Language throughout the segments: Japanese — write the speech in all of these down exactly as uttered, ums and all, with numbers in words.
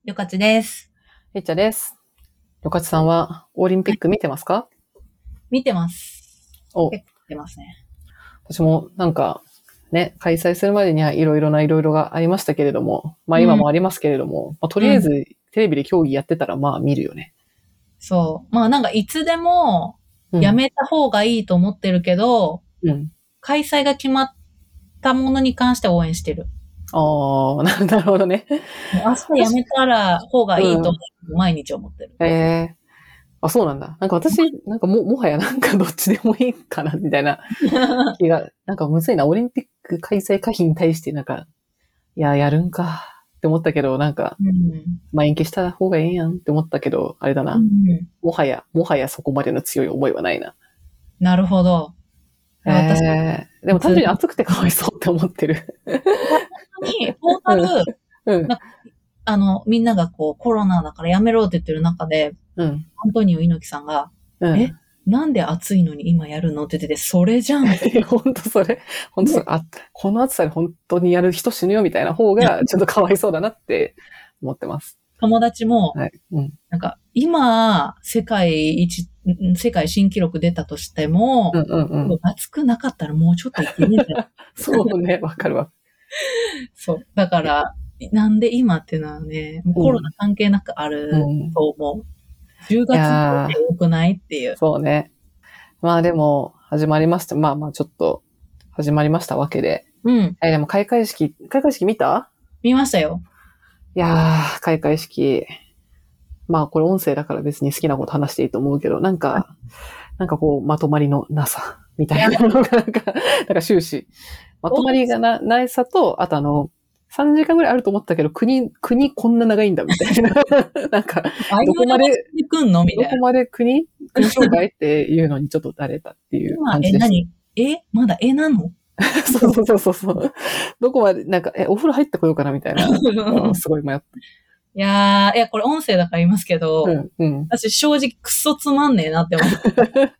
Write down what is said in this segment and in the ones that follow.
よかちです。 へっちゃです。よかちさんはオリンピック見てますか？ 見てます。 お、 結構見てますね。 私もなんかね、開催するまでにはいろいろないろいろがありましたけれども、まあうん。 今もありますけれども、まあ、とりうん。 あえずテレビで競技やってたらまあ見るよね。 そう。まあなんかいつでもうん。 やめた方がいいと思ってるけど、 うん。 開催が決まったものに関して応援してる。 ああ、ななるほどね。 もう明日や確か、 めたら方がいいとうん。 毎日思ってる。 ええー、あ、そうなんだ。なんか私、なんかも、もはやなんかどっちでもいいかな、みたいな気が、なんかむずいな。オリンピック開催可否に対してなんか、いや、やるんかって思ったけど、なんか、 うん。 まあ延期した方がええやんって思ったけど、あれだな。 うん。 もはや、もはやそこまでの強い思いはないな。 なるほど。いえや私、 えー、でも単いつ、 純に暑くてかわいそうって思ってる。 いや、本当に、トータうん、 ル、 うん、 なんか、あの、みんながこう、コロナだからやめろって言ってる中で、 うん、 アントニオ猪木さんが、え、 うん。 なんで暑いのに今やるのって言ってて、それじゃんって。 本当それ、本当それ、 ね、 あ、この暑さで本当にやる人死ぬよみたいな方が、ちょっとかわいそうだなって思ってます。 友達も、 はい。うん。 なんか、今、世界一、ん世界新記録出たとしても、 うんうんうん。 暑くなかったらもうちょっといけるんじゃない？ そうね、わかるわ。 そう。だから、なんで今っていうのはね、もうコロナうん。 関係なくあうるん。 と思う。10 い月でやー、 多くないっていう。 そうね。まあでも、始まりました。まあまあちょっと、始まりましたわけで。 うん。 え、でも開会式、開会式見た？ 見ましたよ。 いやー、開会式。まあこれ音声だから別に好きなこと話していいと思うけど、なんか、なんかこう、まとまりのなさ、みたいや、 いなのが、なんか、なんか終始、まとまりがな、ないさと、あとあの、さんじかんぐらいあると思ったけど、国、国こんな長いんだ、みたいな。なんか、 あいうどこまで、 えおしてくんのみたいな。 どこまで国国紹介っていうのにちょっと慣れたっていう今、え、 感じでした。 何えまだえなの？ そうそうそうそう。どこまで、なんか、え、お風呂入ってこようかな、みたいな。うん、すごい迷った。 いやー、いや、これ音声だから言いますけど、 うん、うん。 私正直クソつまんねえなって思って。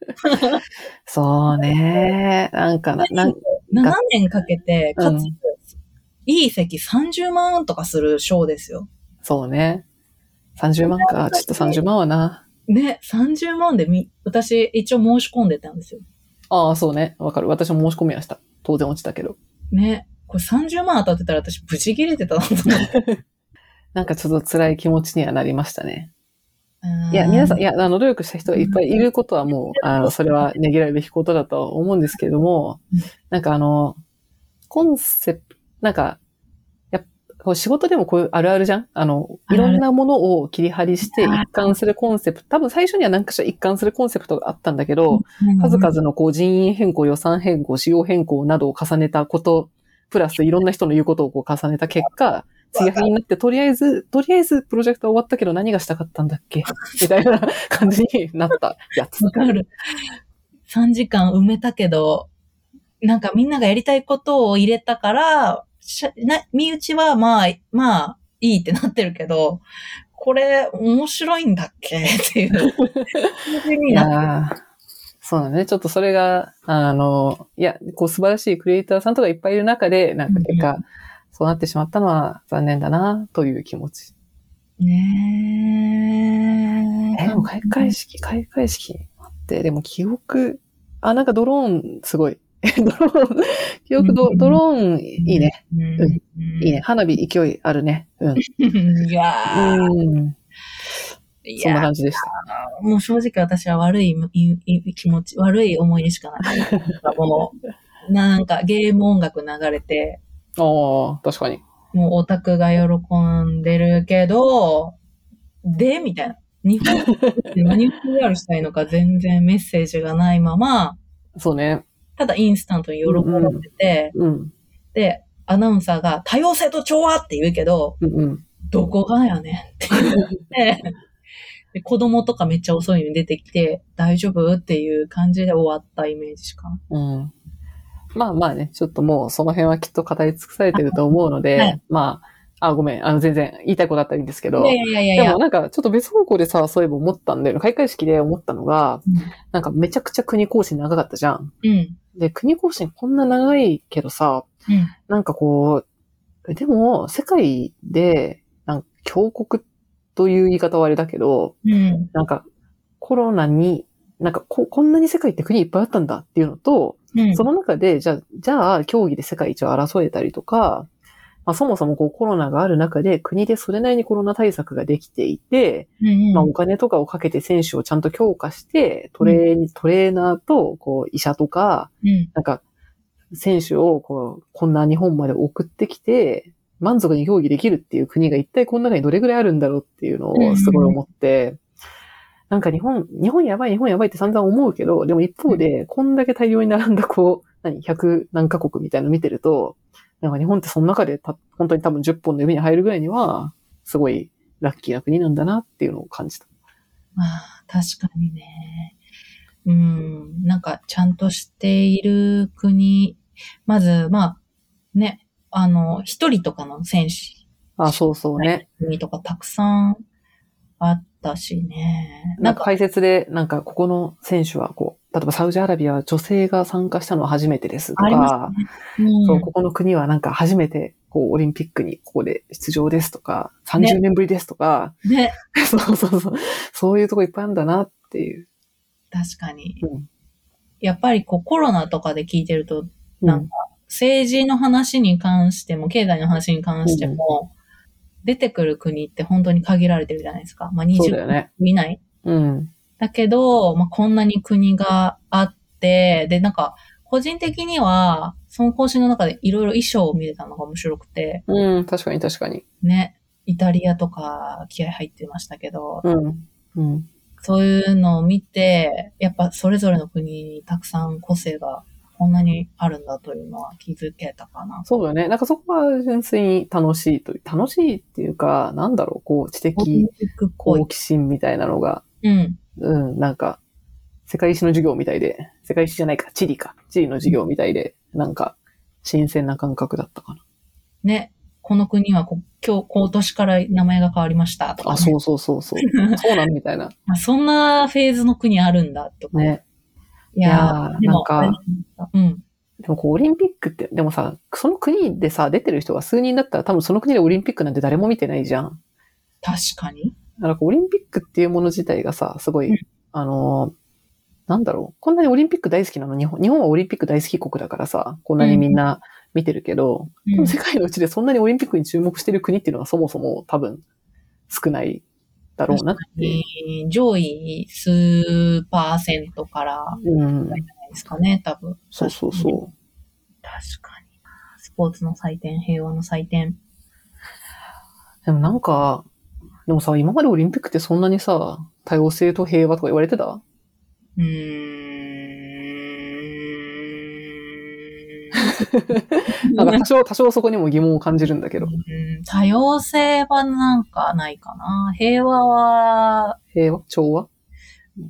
そうね。なんかな、なん 7 か、 年かけて、かつ、 うん。 いい席さんじゅうまんとかするショーですよ。 そうね。さんじゅうまんか。ちょっとさんじゅうまんはな。 ね、さんじゅうまんでみ、私一応申し込んでたんですよ。 ああ、そうね。わかる。私も申し込みました。当然落ちたけど。 ね、これさんじゅうまん当たってたら私ブチ切れてたなと思って。 なんかちょっと辛い気持ちにはなりましたね。 ういや、皆さん、いーん。 や、あの、努力した人がいっぱいいることはもう、あの、それはねぎらうべきことだとは思うんですけれども、なんかあの、コンセプト、なんか、やっぱ仕事でもこういうあるあるじゃん。あの、いろあるある。 んなものを切り張りして一貫するコンセプト、多分最初には何かしら一貫するコンセプトがあったんだけど、数々のこう人員変更、予算変更、仕様変更などを重ねたこと、プラスいろんな人の言うことをこう重ねた結果、継ぎはぎになって、とりあえず、とりあえずプロジェクトは終わったけど何がしたかったんだっけみたいな感じになったやつ。 わかる。さんじかん埋めたけど、なんかみんながやりたいことを入れたから、しゃな身内はまあ、まあ、いいってなってるけど、これ面白いんだっけっていう感じいになってる。 やー、そうだね。ちょっとそれが、あの、いや、こう素晴らしいクリエイターさんとかいっぱいいる中で、なんか結果、そうなってしまったのは残念だな、という気持ち。 ねえ。 え、でも開会式、開会式待って、でも記憶、あ、なんかドローン、すごい。ドローン、記憶ド、ドローン、いいね。うん。いいね。花火勢いあるね。うん。 いやうん。 ー、いそんなや感じでした。 ー、もう正直私は悪いいい気持ち、悪い思い出しかない。もう、なんかゲーム音楽流れて、 ああ、確かに。 もうオタクが喜んでるけど、で、みたいな。日本で何を ピーアール したいのか全然メッセージがないまま、 そうね。 ただインスタントに喜ばうんうん。 れてて、 うん。 で、アナウンサーが多様性と調和って言うけど、 うんうん。 どこがやねんって言ってで、子供とかめっちゃ遅いのに出てきて、大丈夫っていう感じで終わったイメージしか。 うん。まあまあね、ちょっともうその辺はきっと語り尽くされてると思うのはい。 で、まあ、あ、ごめん、あの全然言いたいことあったらいいんですけど、 いやいやいやいやいや。 でもなんかちょっと別方向でさ、そういえば思ったんだよね。開会式で思ったのが、 うん。 なんかめちゃくちゃ国行進長かったじゃん。 うん。 で、国行進こんな長いけどさ、 うん。 なんかこう、でも世界で、なんか強国っという言い方はあれだけど、 うん。 なんかコロナに、なんかこ、こんなに世界って国いっぱいあったんだっていうのと、 うん。 その中で、じゃあ、じゃあ、競技で世界一を争えたりとか、まあ、そもそもこうコロナがある中で国でそれなりにコロナ対策ができていて、 うん。 まあ、お金とかをかけて選手をちゃんと強化して、トレー、トレーナーと、こう、医者とか、 うん。 なんか、選手を、こう、こんな日本まで送ってきて、満足に競技できるっていう国が一体この中にどれぐらいあるんだろうっていうのをすごい思って、なんか日本、日本やばい、日本やばいって散々思うけど、でも一方で、こんだけ大量に並んだ、こう、何、ひゃくなんか国みたいなの見てると、なんか日本ってその中でた、本当に多分じゅっぽんの指に入るぐらいには、すごいラッキーな国なんだなっていうのを感じた。 ああ、確かにね。うん。なんか、ちゃんとしている国。まず、まあ、ね、あの、一人とかの選手。 あ、そうそうね。 国とかたくさんあったしね。 なんか解説で、なんかここの選手はこう、例えばサウジアラビアは女性が参加したのは初めてですとありますか、 ね。うん、 そう、ここの国はなんか初めてこうオリンピックにここで出場ですとか、さんじゅうねんぶりですとか、 ね。 そうそうそう、そういうとこいっぱいあるんだなっていう。 確かに。 うん、 やっぱりこうコロナとかで聞いてると、 うんなんか政治の話に関しても、経済の話に関しても、出てくる国って本当に限られてるじゃないですか。まあそうにじゅうだよね。 以内。 うん。 だけど、まあこんなに国があって、で、なんか、個人的には、その講師の中でいろいろ衣装を見れたのが面白くて、 うん、確かに確かに。 ね、イタリアとか気合入ってましたけど、 うん。うん。 そういうのを見て、やっぱそれぞれの国にたくさん個性がこんなにあるんだというのは気づけたかな。 そうだよね。なんかそこは純粋に楽しいという、楽しいっていうか、なんだろう、こう、知オリン的ピックっぽい。 好奇心みたいなのが、 うん。 うん、なんか、世界史の授業みたいで、世界史じゃないか、地理か、地理の授業みたいで、なんか、新鮮な感覚だったかな。 ね。この国はこ今日、今年から名前が変わりましたとか、ね。 あ、そうそうそうそう。そうなんみたいな。 あ、そんなフェーズの国あるんだとか。 ね。 いやいやー、 ー、なんでも、あれか、 うん。 でもこう、オリンピックって、でもさ、その国でさ、出てる人が数人だったら多分その国でオリンピックなんて誰も見てないじゃん。 確かに。 だからこうオリンピックっていうもの自体がさ、すごい、 うんあのーなんだろう。こんなにオリンピック大好きなの日本、日本はオリンピック大好き国だからさ、こんなにみんな見てるけど、 うん多分世界のうちでそんなにオリンピックに注目してる国っていうのはそもそも多分少ないだろうなっていう。 に上位数パーセントからうん。 ですかね、多分。 そうそうそう。 確かに。スポーツの祭典、平和の祭典。 でもなんか、でもさ、今までオリンピックってそんなにさ、多様性と平和とか言われてたうーん。 なんか多少、多少そこにも疑問を感じるんだけど。 うん多様性はなんかないかな。平和は、 平和調和うん、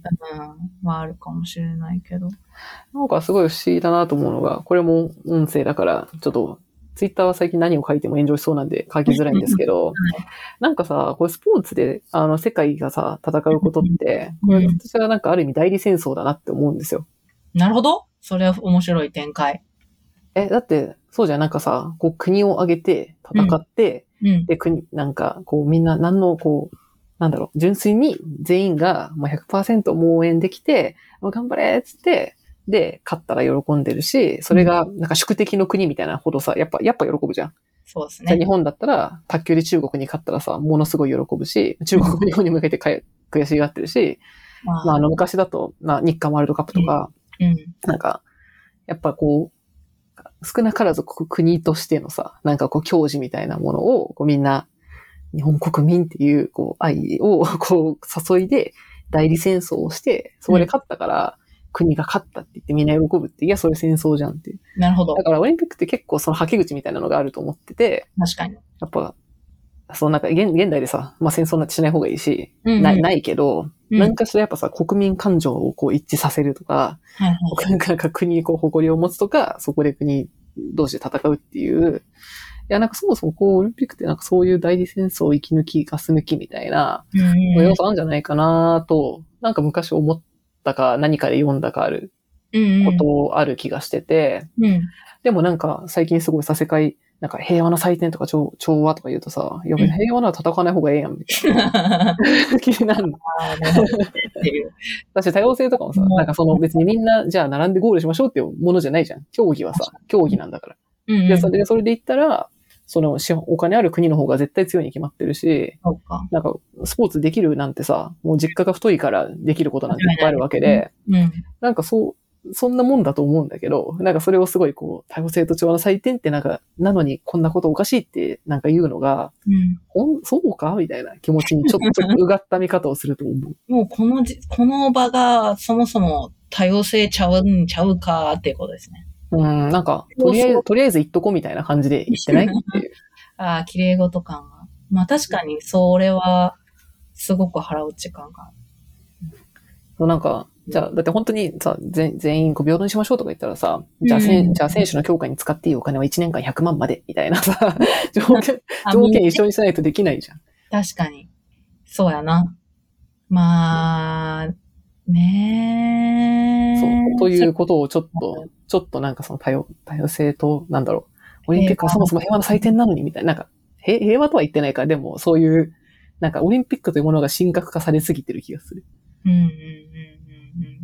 はあるかもしれないけど。 なんかすごい不思議だなと思うのが、これも音声だから、ちょっと、ツイッターは最近何を書いても炎上しそうなんで書きづらいんですけど、なんかさ、これスポーツで、あの、世界がさ、戦うことって、これ私はなんかある意味代理戦争だなって思うんですよ。 なるほど。それは面白い展開。 え、だって、そうじゃん、なんかさ、こう国を挙げて戦って、 うん。 で、国、なんか、こうみんな何の、こう、なんだろう、純粋に全員がまあ ひゃくパーセント もう応援できて、もう頑張れっつって、で、勝ったら喜んでるし、それが、なんか宿敵の国みたいなほどさ、やっぱ、やっぱ喜ぶじゃん。 そうですね。 じゃあ日本だったら、卓球で中国に勝ったらさ、ものすごい喜ぶし、中国も日本に向けてかえ悔しがってるし、 まあ、 まあ、あの、昔だと、まあ、日韓ワールドカップとか、 うん。 なんか、やっぱこう、少なからず国としてのさ、なんかこう、矜持みたいなものを、こうみんな、日本国民っていう、こう、愛を、こう、誘いで、代理戦争をして、そこで勝ったから、国が勝ったって言ってみんな喜ぶって、いや、それ戦争じゃんっていう。 なるほど。 だからオリンピックって結構その吐き口みたいなのがあると思ってて、 確かに。 やっぱ、そのなんか現、現代でさ、まあ戦争なんてしない方がいいし、 うんうんない、ないけど、 うんなんかしらやっぱさ、国民感情をこう一致させるとか、 はいはい。 なんかなんか国にこう誇りを持つとか、そこで国同士で戦うっていう、いやなんかそもそもこうオリンピックってなんかそういう代理戦争息抜き、ガス抜きみたいな、 うんうん要素あるんじゃないかなと、なんか昔思ったか何かで読んだかあるうんうん。 ことある気がしてて、 うん。 でもなんか最近すごいさ、世界なんか平和の祭典とか調調和とか言うとさ、いや、平和なら戦わない方がええやん、みたいな気になるの。だし多様性とかもさ、なんかその別にみんな、じゃあ並んでゴールしましょうっていうものじゃないじゃん。競技はさ、競技なんだから。 うんうん、 で、それで、それで言ったら、その、お金ある国の方が絶対強いに決まってるし、 そうか。 なんか、スポーツできるなんてさ、もう実家が太いからできることなんていっぱいあるわけで、 うんうん、 なんかそう、そんなもんだと思うんだけど、なんかそれをすごいこう、多様性と調和の祭典ってなんか、なのにこんなことおかしいってなんか言うのが、うん、ほん、そうかみたいな気持ちにちょっとうがった見方をすると思う。 もうこのじ、この場がそもそも多様性ちゃうんちゃうかっていうことですね。 うん、なんか、とりあえず、とりあえず言っとこみたいな感じで言ってないっていう。 ああ、綺麗事感が。まあ確かに、それは、すごく腹落ち感がある。なんか、じゃあ、だって本当にさ、全全員こう平等にしましょうとか言ったらさ、じゃあ、うん、じゃあ選手の強化に使っていいお金はいちねんかんひゃくまんまで、みたいなさ、条件、条件一緒にしないとできないじゃん。 確かに。そうやな。まあ、ねそう。ということをちょっと、ちょっとなんかその多様、多様性と、なんだろう、オリンピックはそもそも平和の祭典なのにみたいな、なんか、平和とは言ってないから、でもそういう、なんかオリンピックというものが神格化されすぎてる気がする。 うんうんうんうんうん。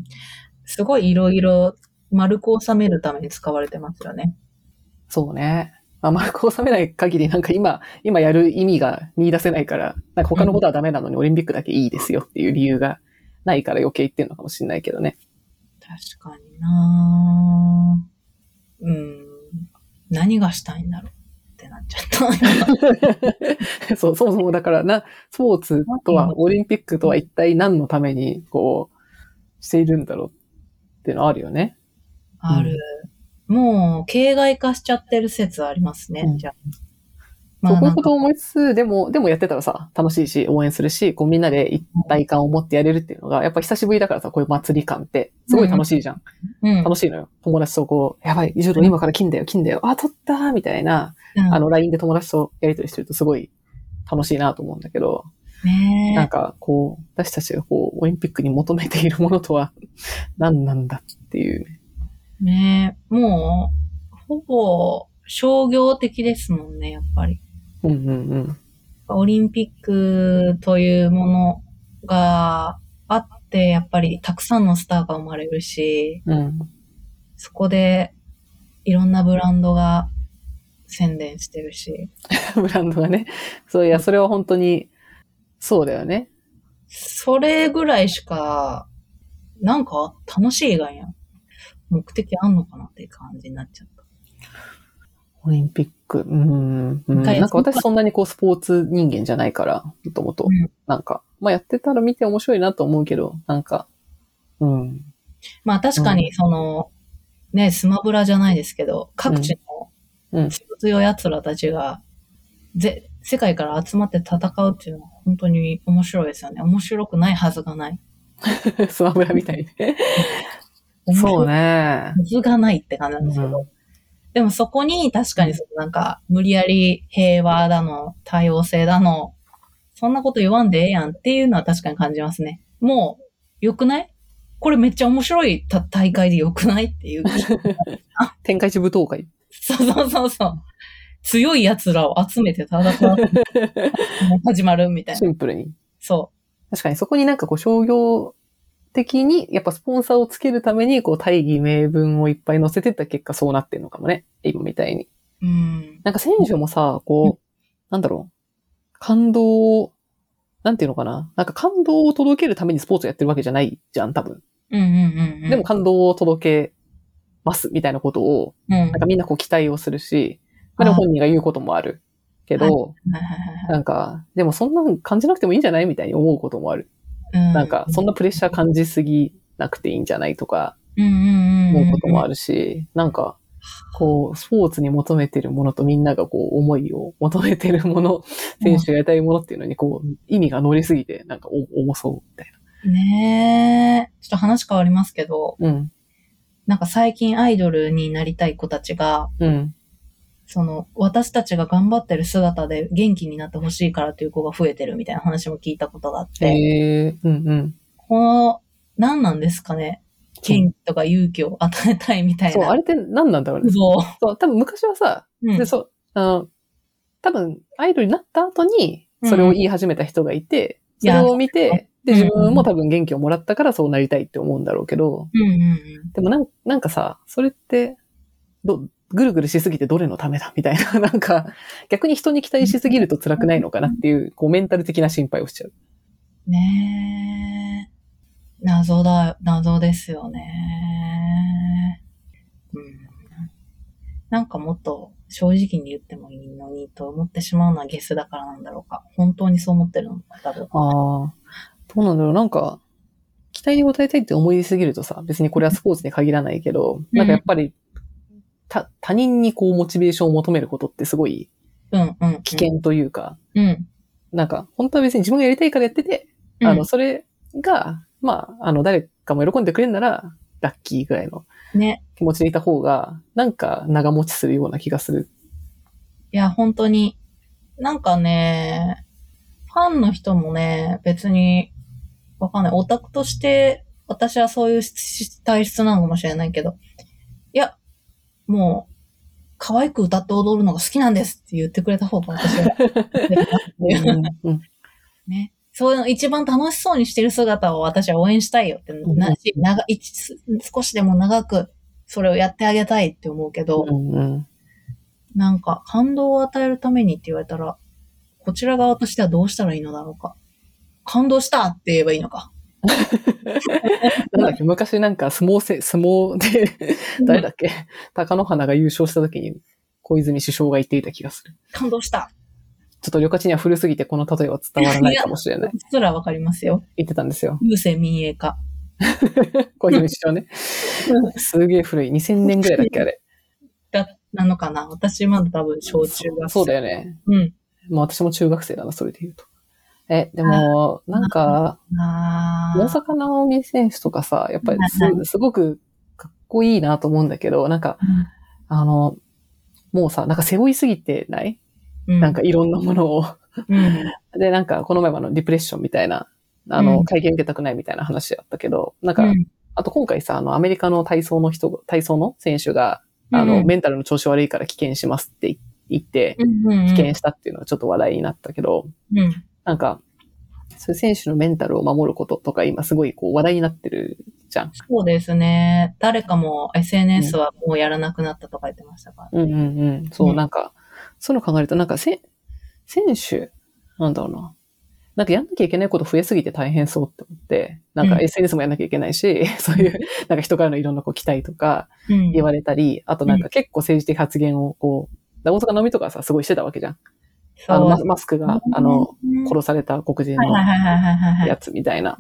すごいいろいろ丸く収めるために使われてますよね。 そうね。まあ、丸く収めない限りなんか今、今やる意味が見出せないから、なんか他のことはダメなのにオリンピックだけいいですよっていう理由がないから余計言ってるのかもしれないけどね。 確かになぁ。うん。何がしたいんだろうってなっちゃった。そう、そもそもだからな、スポーツとは、オリンピックとは一体何のために、こう、しているんだろうっていうのあるよね。 ある。うん、もう、形骸化しちゃってる説ありますね、うん、じゃあ。 まあ、そう、こういうことを思いつつ、でも、でもやってたらさ、楽しいし、応援するし、こうみんなで一体感を持ってやれるっていうのが、やっぱ久しぶりだからさ、こういう祭り感って、すごい楽しいじゃん。うん、楽しいのよ。友達とこう、やばい、柔道今から金だよ、金だよ、あ、取ったーみたいな、うん、あの、ライン で友達とやりとりしてるとすごい楽しいなと思うんだけど、ね、なんか、こう、私たちがこう、オリンピックに求めているものとは何なんだっていう。 ねえ、もう、ほぼ商業的ですもんね、やっぱり。 うんうんうん。 オリンピックというものがあって、やっぱりたくさんのスターが生まれるし、 うん、 そこでいろんなブランドが宣伝してるし。 ブランドがね。そういや、それは本当に、そうだよね。 それぐらいしか、なんか楽しい以外やん。目的あんのかなっていう感じになっちゃった。 オリンピック、うん、うん、なんか私そんなにこうスポーツ人間じゃないから、もともと。なんか、まあやってたら見て面白いなと思うけど、なんか、うん。 まあ確かにその、うん、ね、スマブラじゃないですけど、各地の強い奴らたちが、ぜ、世界から集まって戦うっていうのは本当に面白いですよね。面白くないはずがない。 スマブラみたいにね。そうね。 はずがないって感じなんですけど。うん、でもそこに確かになんか無理やり平和だの、多様性だの、そんなこと言わんでええやんっていうのは確かに感じますね。もう、良くないこれめっちゃ面白い大会で良くないっていう。 天下一舞踏会。 そうそうそうそう。強い奴らを集めて戦う。始まるみたいな。 シンプルに。 そう。 確かにそこになんかこう商業的に、やっぱスポンサーをつけるために、こう大義名分をいっぱい載せてった結果そうなってんのかもね。今みたいに。 うん。 なんか選手もさ、こう、うん、なんだろう。感動を、なんていうのかな。なんか感動を届けるためにスポーツをやってるわけじゃないじゃん、多分。 うんうんうんうん、 でも感動を届けますみたいなことを、うん、なんかみんなこう期待をするし、まあ、でも本人が言うこともあるけど、なんか、でもそんなの感じなくてもいいんじゃないみたいに思うこともある。うん、なんか、そんなプレッシャー感じすぎなくていいんじゃないとか、思うこともあるし、なんか、こう、スポーツに求めてるものとみんながこう、思いを求めてるもの、選手がやりたいものっていうのにこう、意味が乗りすぎて、なんか重そうみたいな。ねえ。ちょっと話変わりますけど、 うん。 なんか最近アイドルになりたい子たちが、 うん。 その、私たちが頑張ってる姿で元気になってほしいからという子が増えてるみたいな話も聞いたことがあって。 へー、うんうん。 この、何なんですかね。元気とか勇気を与えたいみたいな。 そう、あれって何なんだろうね。 そう。 そう、多分昔はさ、うん、でそうあの、多分、アイドルになった後に、それを言い始めた人がいて、うん、それを見て、で、自分も多分元気をもらったからそうなりたいって思うんだろうけど、 うんうんうん、 でもなんなんかさ、それって、ど、ぐるぐるしすぎてどれのためだみたいな、なんか、逆に人に期待しすぎると辛くないのかなっていう、こう、メンタル的な心配をしちゃう。 ねえ。謎だ、謎ですよね。うん。なんかもっと正直に言ってもいいのにと思ってしまうのはゲスだからなんだろうか。本当にそう思ってるのかどうか。 ああ。どうなんだろう。なんか、期待に応えたいって思いすぎるとさ、別にこれはスポーツに限らないけど、うん、なんかやっぱり、た、他人にこうモチベーションを求めることってすごい、危険というか、 うんうん、 なんか、本当は別に自分がやりたいからやってて、うん、あの、それが、まあ、あの、誰かも喜んでくれるなら、ラッキーぐらいの気持ちでいた方が、なんか長持ちするような気がする。 いや、本当に、なんかね、ファンの人もね、別に、わかんない。オタクとして、私はそういう体質なのかもしれないけど、いや、もう、可愛く歌って踊るのが好きなんですって言ってくれた方が私はうん、ね。そういうの一番楽しそうにしてる姿を私は応援したいよってなし、長い少しでも長くそれをやってあげたいって思うけど、 うんうん、 なんか感動を与えるためにって言われたら、こちら側としてはどうしたらいいのだろうか。感動したって言えばいいのか。 なんだっけ、昔なんか相撲せ、相撲で、誰だっけ、貴乃花が優勝した時に小泉首相が言っていた気がする。 感動した。 ちょっと旅客には古すぎてこの例えは伝わらないかもしれない。 うっすらわかりますよ。 言ってたんですよ。 郵政民営化。 小泉首相ね。すげえ古い。にせんねんぐらいだっけ、あれ。 だ、なのかな。私まだ多分小中学生。 そうだよね。 うん。 まあ私も中学生だな、それで言うと。え、でも、なんか、大坂なおみ選手とかさ、やっぱりす、すごくかっこいいなと思うんだけど、なんか、うん、あの、もうさ、なんか背負いすぎてない、うん、なんかいろんなものを。うん、で、なんか、この前もあの、ディプレッションみたいな、あの、うん、会見受けたくないみたいな話あったけど、なんか、うん、あと今回さ、あの、アメリカの体操の人、体操の選手が、あの、うん、メンタルの調子悪いから棄権しますって言って、棄権したっていうのはちょっと話題になったけど、うんなんか、そういう選手のメンタルを守ることとか今すごいこう話題になってるじゃん。 そうですね。誰かも エスエヌエス はもうやらなくなったとか言ってましたから、 ね。うんうんうん。そう、うん、なんか、そういうの考えるとなんかせ、選手、なんだろうな。なんかやんなきゃいけないこと増えすぎて大変そうって思って、なんか エスエヌエス もやんなきゃいけないし、うん、そういう、なんか人からのいろんなこう期待とか言われたり、うん、あとなんか結構政治的発言をこう、大阪のみとかさ、すごいしてたわけじゃん。あのマ、マスクが、あの、殺された黒人のやつみたいな。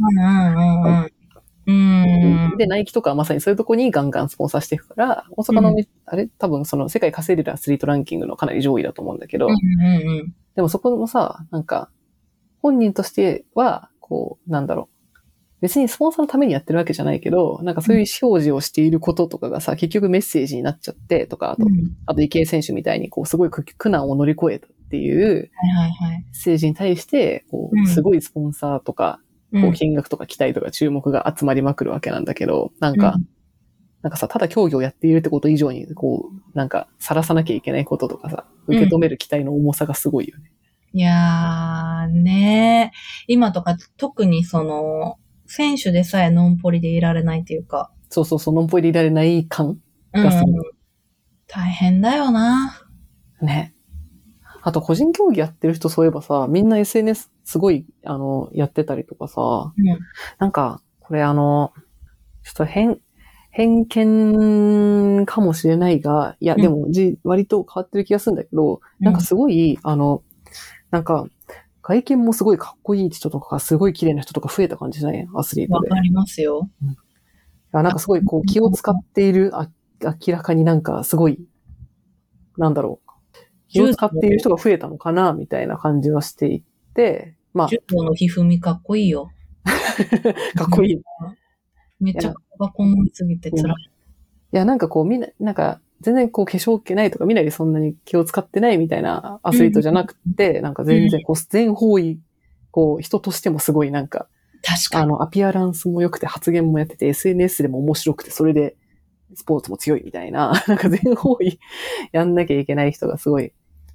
で、ナイキとかはまさにそういうとこにガンガンスポンサーしていくから、大阪の、うん、あれ多分その世界稼いでるアスリートランキングのかなり上位だと思うんだけど、でもそこもさ、なんか、本人としては、こう、なんだろう。別にスポンサーのためにやってるわけじゃないけど、なんかそういう意思表示をしていることとかがさ、結局メッセージになっちゃって、とか、あと、うん、あと池江選手みたいにこう、すごい苦難を乗り越えたっていうメッセージに対して、こう、すごいスポンサーとか、こう、金額とか期待とか注目が集まりまくるわけなんだけど、なんか、うん、なんかさ、ただ競技をやっているってこと以上に、こう、なんか、さらさなきゃいけないこととかさ、受け止める期待の重さがすごいよね。 うん、いやー、ねー。今とか特にその、選手でさえノンポリでいられないっていうか。 そうそうそう、ノンポリでいられない感がする、うん。 大変だよな。 ね。あと個人競技やってる人そういえばさ、みんな エスエヌエス すごい、あの、やってたりとかさ、うん、なんか、これあの、ちょっと偏、偏見かもしれないが、いや、でも、じ、うん、割と変わってる気がするんだけど、なんかすごい、あの、なんか、外見もすごいかっこいい人とか、すごい綺麗な人とか増えた感じじゃない？アスリートで。 わかりますよ。 うん、なんかすごいこう気を使っている、あ、明らかになんかすごい、なんだろう。気を使っている人が増えたのかな、みたいな感じはしていて、まあ。 柔道のひふみかっこいいよ。 かっこいい。 めっちゃ顔がこんもりすぎて辛い。いや、なんかこうみんな、なんか、全然こう化粧気ないとか、みんなにそんなに気を使ってないみたいなアスリートじゃなくて、うん、なんか全然こう全方位、こう人としてもすごいなんか、 確かに。 あの、アピアランスも良くて発言もやってて、エスエヌエス でも面白くて、それでスポーツも強いみたいな、なんか全方位やんなきゃいけない人がすごい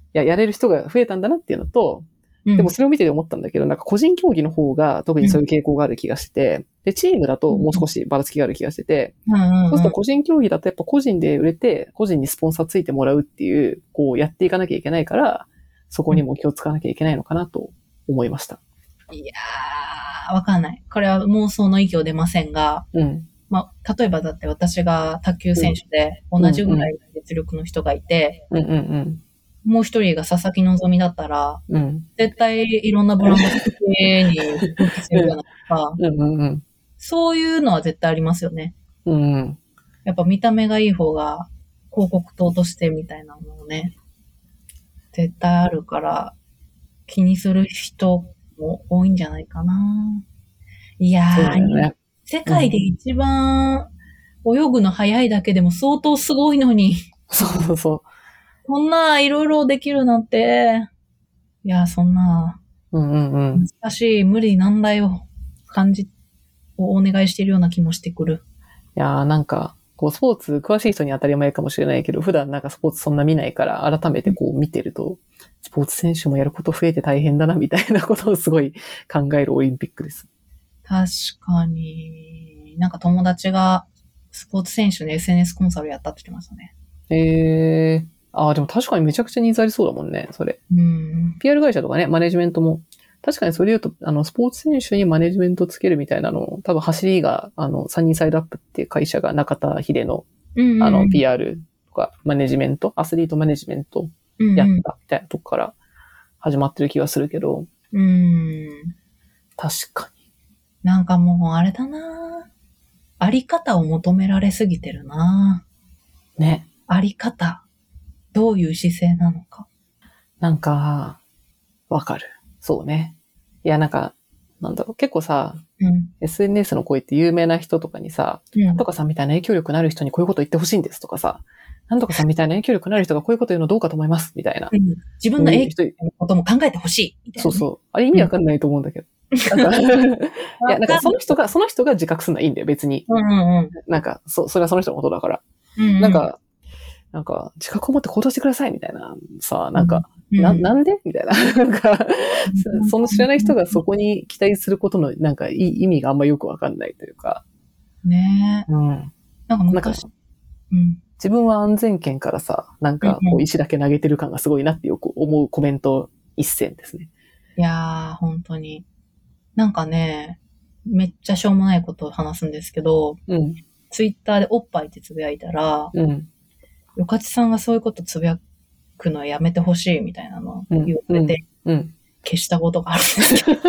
や、やれる人が増えたんだなっていうのと、 うん、 でもそれを見てて思ったんだけど、なんか個人競技の方が特にそういう傾向がある気がしてて、で、チームだともう少しばらつきがある気がしてて、 うんうんうん、 そうすると個人競技だとやっぱ個人で売れて、個人にスポンサーついてもらうっていう、こうやっていかなきゃいけないから、そこにも気をつかなきゃいけないのかなと思いました。 いやー、わかんない。これは妄想の域を出ませんが、 うん。 まあ、例えばだって私が卓球選手で同じぐらいの実力の人がいて、 うんうんうん、 もう一人が佐々木希だったら、 うん、 絶対いろんなブランド設計に復帰するじゃないですか。 うんうんうん、 そういうのは絶対ありますよね。 うんうん、 やっぱ見た目がいい方が広告塔としてみたいなのもね、絶対あるから気にする人も多いんじゃないかな。いやー、ね、世界で一番泳ぐの早いだけでも相当すごいのに。 そうそうそう。 こんないろいろできるなんて、いや、そんな、 うんうんうん、 難しい、無理難題を感じ、をお願いしているような気もしてくる。 いやーなんか、こうスポーツ詳しい人に当たり前かもしれないけど、普段なんかスポーツそんな見ないから改めてこう見てると、スポーツ選手もやること増えて大変だなみたいなことをすごい考えるオリンピックです。 確かに、なんか友達がスポーツ選手の エスエヌエス コンサルやったって言ってましたね。 へー。ああ、でも確かにめちゃくちゃニーズありそうだもんね、それ。 うん。 ピーアール 会社とかね、マネジメントも、確かにそれ言うと、あの、スポーツ選手にマネジメントつけるみたいなの、多分走りが、あの、サニーサイドアップっていう会社が中田秀の、 うんうん、 あの、ピーアール とかマネジメント、アスリートマネジメントやったみたいなとこから始まってる気がするけど。 うん。 確かに。 なんかもうあれだな。あり方を求められすぎてるな。 ね。 あり方。どういう姿勢なのか。 なんか、わかる。そうね。いや、なんか、なんだろう。結構さ、うん、エスエヌエス の声って有名な人とかにさ、うん、なんとかさんみたいな影響力のある人にこういうこと言ってほしいんですとかさ、なんとかさんみたいな影響力のある人がこういうこと言うのどうかと思いますみたいな。 うん、自分の影響力のことも考えてほしいみたいな、ね。 そうそう。あれ意味わかんないと思うんだけど。なんかいや、なんかその人が、その人が自覚するのはいいんだよ、別に。 うんうんうん、 なんか、そ、それはその人のことだから。 うんうん、 なんか、なんか、自覚を持って行動してくださいみたいな、さ、なんか、うん、な、なんでみたいな。なんか、うん、その知らない人がそこに期待することの、なんか、いい意味があんまよくわかんないというか。 ねえ。 うん。 なんか昔、 うん、自分は安全圏からさ、なんか、こう、石だけ投げてる感がすごいなってよく思うコメント一選ですね。 いやー、本当に。なんかね、めっちゃしょうもないことを話すんですけど、 うん。 ツイッターでおっぱいってつぶやいたら、 うん。 よかちさんがそういうことつぶやくのやめてほしいみたいなのを言われて、 うんうん、 消したことがあるんですけど。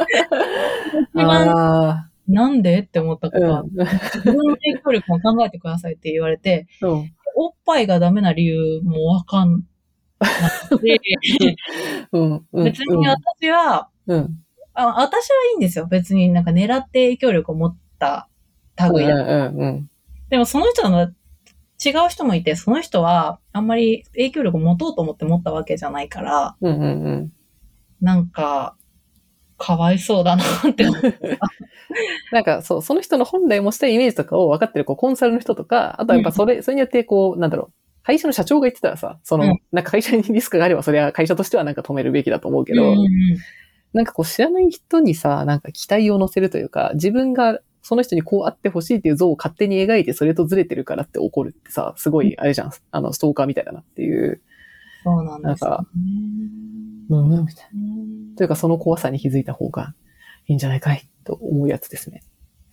あなんでって思ったことは、うん、自分の影響力も考えてくださいって言われて、うん、おっぱいがダメな理由もわかんないし、うんうん、別に私は、うんあ、私はいいんですよ。別になんか狙って影響力を持った類だ、うんうんうん。でもその人の違う人もいて、その人はあんまり影響力を持とうと思って持ったわけじゃないから、うんうんうん、なんか、かわいそうだなって思った。 なんかそう、その人の本来もしたイメージとかを分かってるこうコンサルの人とか、あとはやっぱそれ、うん、それによってこう、なんだろう、会社の社長が言ってたらさ、その、うん、なんか会社にリスクがあればそれは会社としてはなんか止めるべきだと思うけど、うんうんうん、なんかこう知らない人にさ、なんか期待を乗せるというか、自分がその人にこうあってほしいっていう像を勝手に描いてそれとずれてるからって怒るってさ、すごいあれじゃん、あのストーカーみたいだなっていう。 そうなんですよね。 なんか、うんうんみたいな。というかその怖さに気づいた方がいいんじゃないかいと思うやつですね。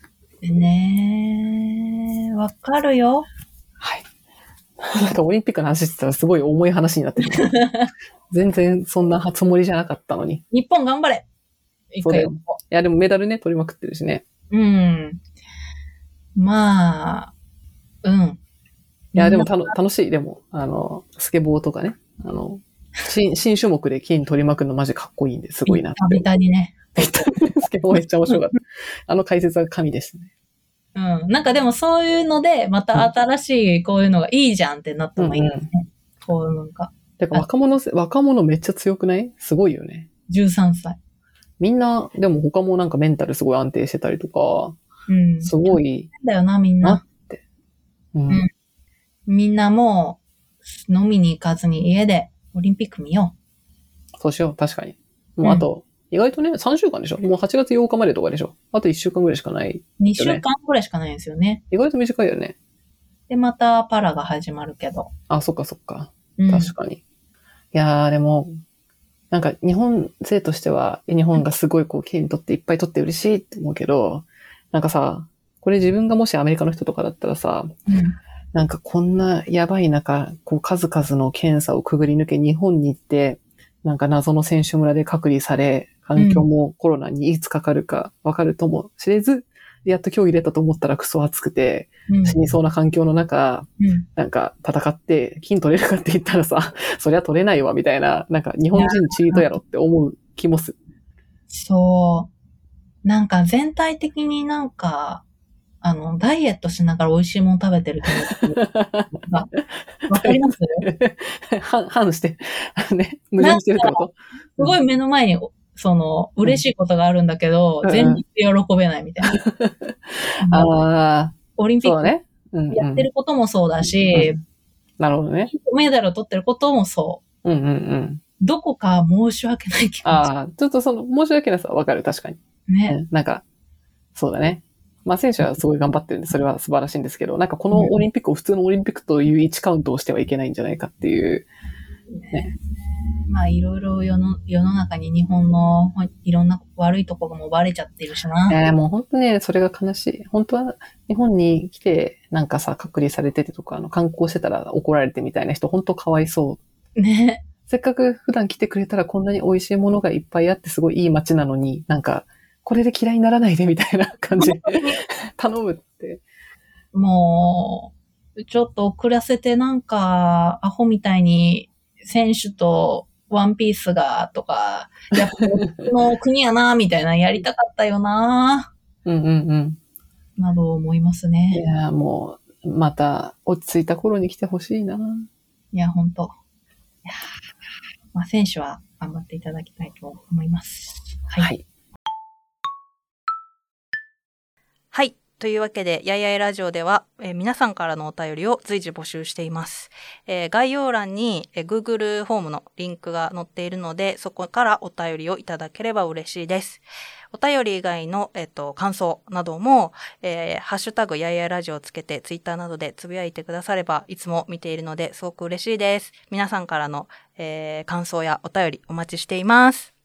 ねえ、わかるよ。 はい。なんかオリンピックの話してたらすごい重い話になってる。全然そんなつもりじゃなかったのに。 日本頑張れそうだよ。いやでもメダルね、取りまくってるしね。 うん。まあ、うん。いやでもたの楽しい。でも、あの、スケボーとかね。あの、新、新種目で金取りまくるのマジかっこいいんで、すごいなって。 ビタにね。 スケボーめっちゃ面白かった。あの解説は神ですね。 うん。なんかでもそういうので、また新しいこういうのがいいじゃんってなってもいいですね。うんうん、こうなんか。 てか若者、若者めっちゃ強くない？すごいよね。 じゅうさんさい。 みんな、でも他もなんかメンタルすごい安定してたりとか、うん、すごい。 だよな、みんな。 なって。 うん。うん、みんなもう、飲みに行かずに家で、 オリンピック見よそうしよう、確かに。もうあと、うん、意外とね、さんしゅうかんでしょ？もうはちがつようかまでとかでしょ？あといっしゅうかんぐらいしかない、ね。 にしゅうかんぐらいしかないんですよね。 意外と短いよね。 で、またパラが始まるけど。 あ、そっかそっか。確かに。うん、いやー、でも、なんか日本勢としては、日本がすごいこう、金取っていっぱい取って嬉しいって思うけど、なんかさ、これ自分がもしアメリカの人とかだったらさ、うん、なんかこんなやばい中、こう数々の検査をくぐり抜け日本に行って、なんか謎の選手村で隔離され、環境もコロナにいつかかるか分かるとも知れず、やっと今日入れたと思ったらクソ暑くて、うん、死にそうな環境の中、うん、なんか戦って金取れるかって言ったらさ、そりゃ取れないわみたいな、なんか日本人チートやろって思う気もする。 そう。なんか全体的になんか、あの、ダイエットしながら美味しいもの食べてる気持ち。わかります反、反して、ね、矛盾してるってこと？ すごい目の前に、その、嬉しいことがあるんだけど、うん、全力で喜べないみたいな。ああ。オリンピックやってることもそうだし、 うん、なるほどね。 メダルを取ってることもそう。 うんうんうん。 どこか申し訳ない気持ち。 ああ、ちょっとその、申し訳なさはわかる、確かに。 ね、 うん。なんか、そうだね。まあ選手はすごい頑張ってるんで、それは素晴らしいんですけど、なんかこのオリンピックを普通のオリンピックという位置カウントをしてはいけないんじゃないかっていう。ね。 まあいろいろ世の、世の中に日本のいろんな悪いところもバレちゃってるしな。 えー、もう本当ね、それが悲しい。本当は日本に来て、なんかさ、隔離されててとか、あの観光してたら怒られてみたいな人、本当かわいそう。 ね。 せっかく普段来てくれたらこんなに美味しいものがいっぱいあってすごいいい街なのに、なんか、これで嫌いにならないでみたいな感じで頼むって。 もう、ちょっと遅らせてなんか、アホみたいに選手とワンピースがとか、やっぱこの国やな、みたいなやりたかったよな。 うんうんうん。 など思いますね。 いや、もう、また落ち着いた頃に来てほしいな。 いや、ほんと。いやまあ、選手は頑張っていただきたいと思います。はい。はいはい。というわけで、やいやいラジオでは、えー、皆さんからのお便りを随時募集しています。えー、概要欄に、えー、Google フォームのリンクが載っているので、そこからお便りをいただければ嬉しいです。お便り以外の、えっと、感想なども、えー、ハッシュタグやいやいラジオをつけて、ツイッターなどでつぶやいてくだされば、いつも見ているので、すごく嬉しいです。皆さんからの、えー、感想やお便りお待ちしています。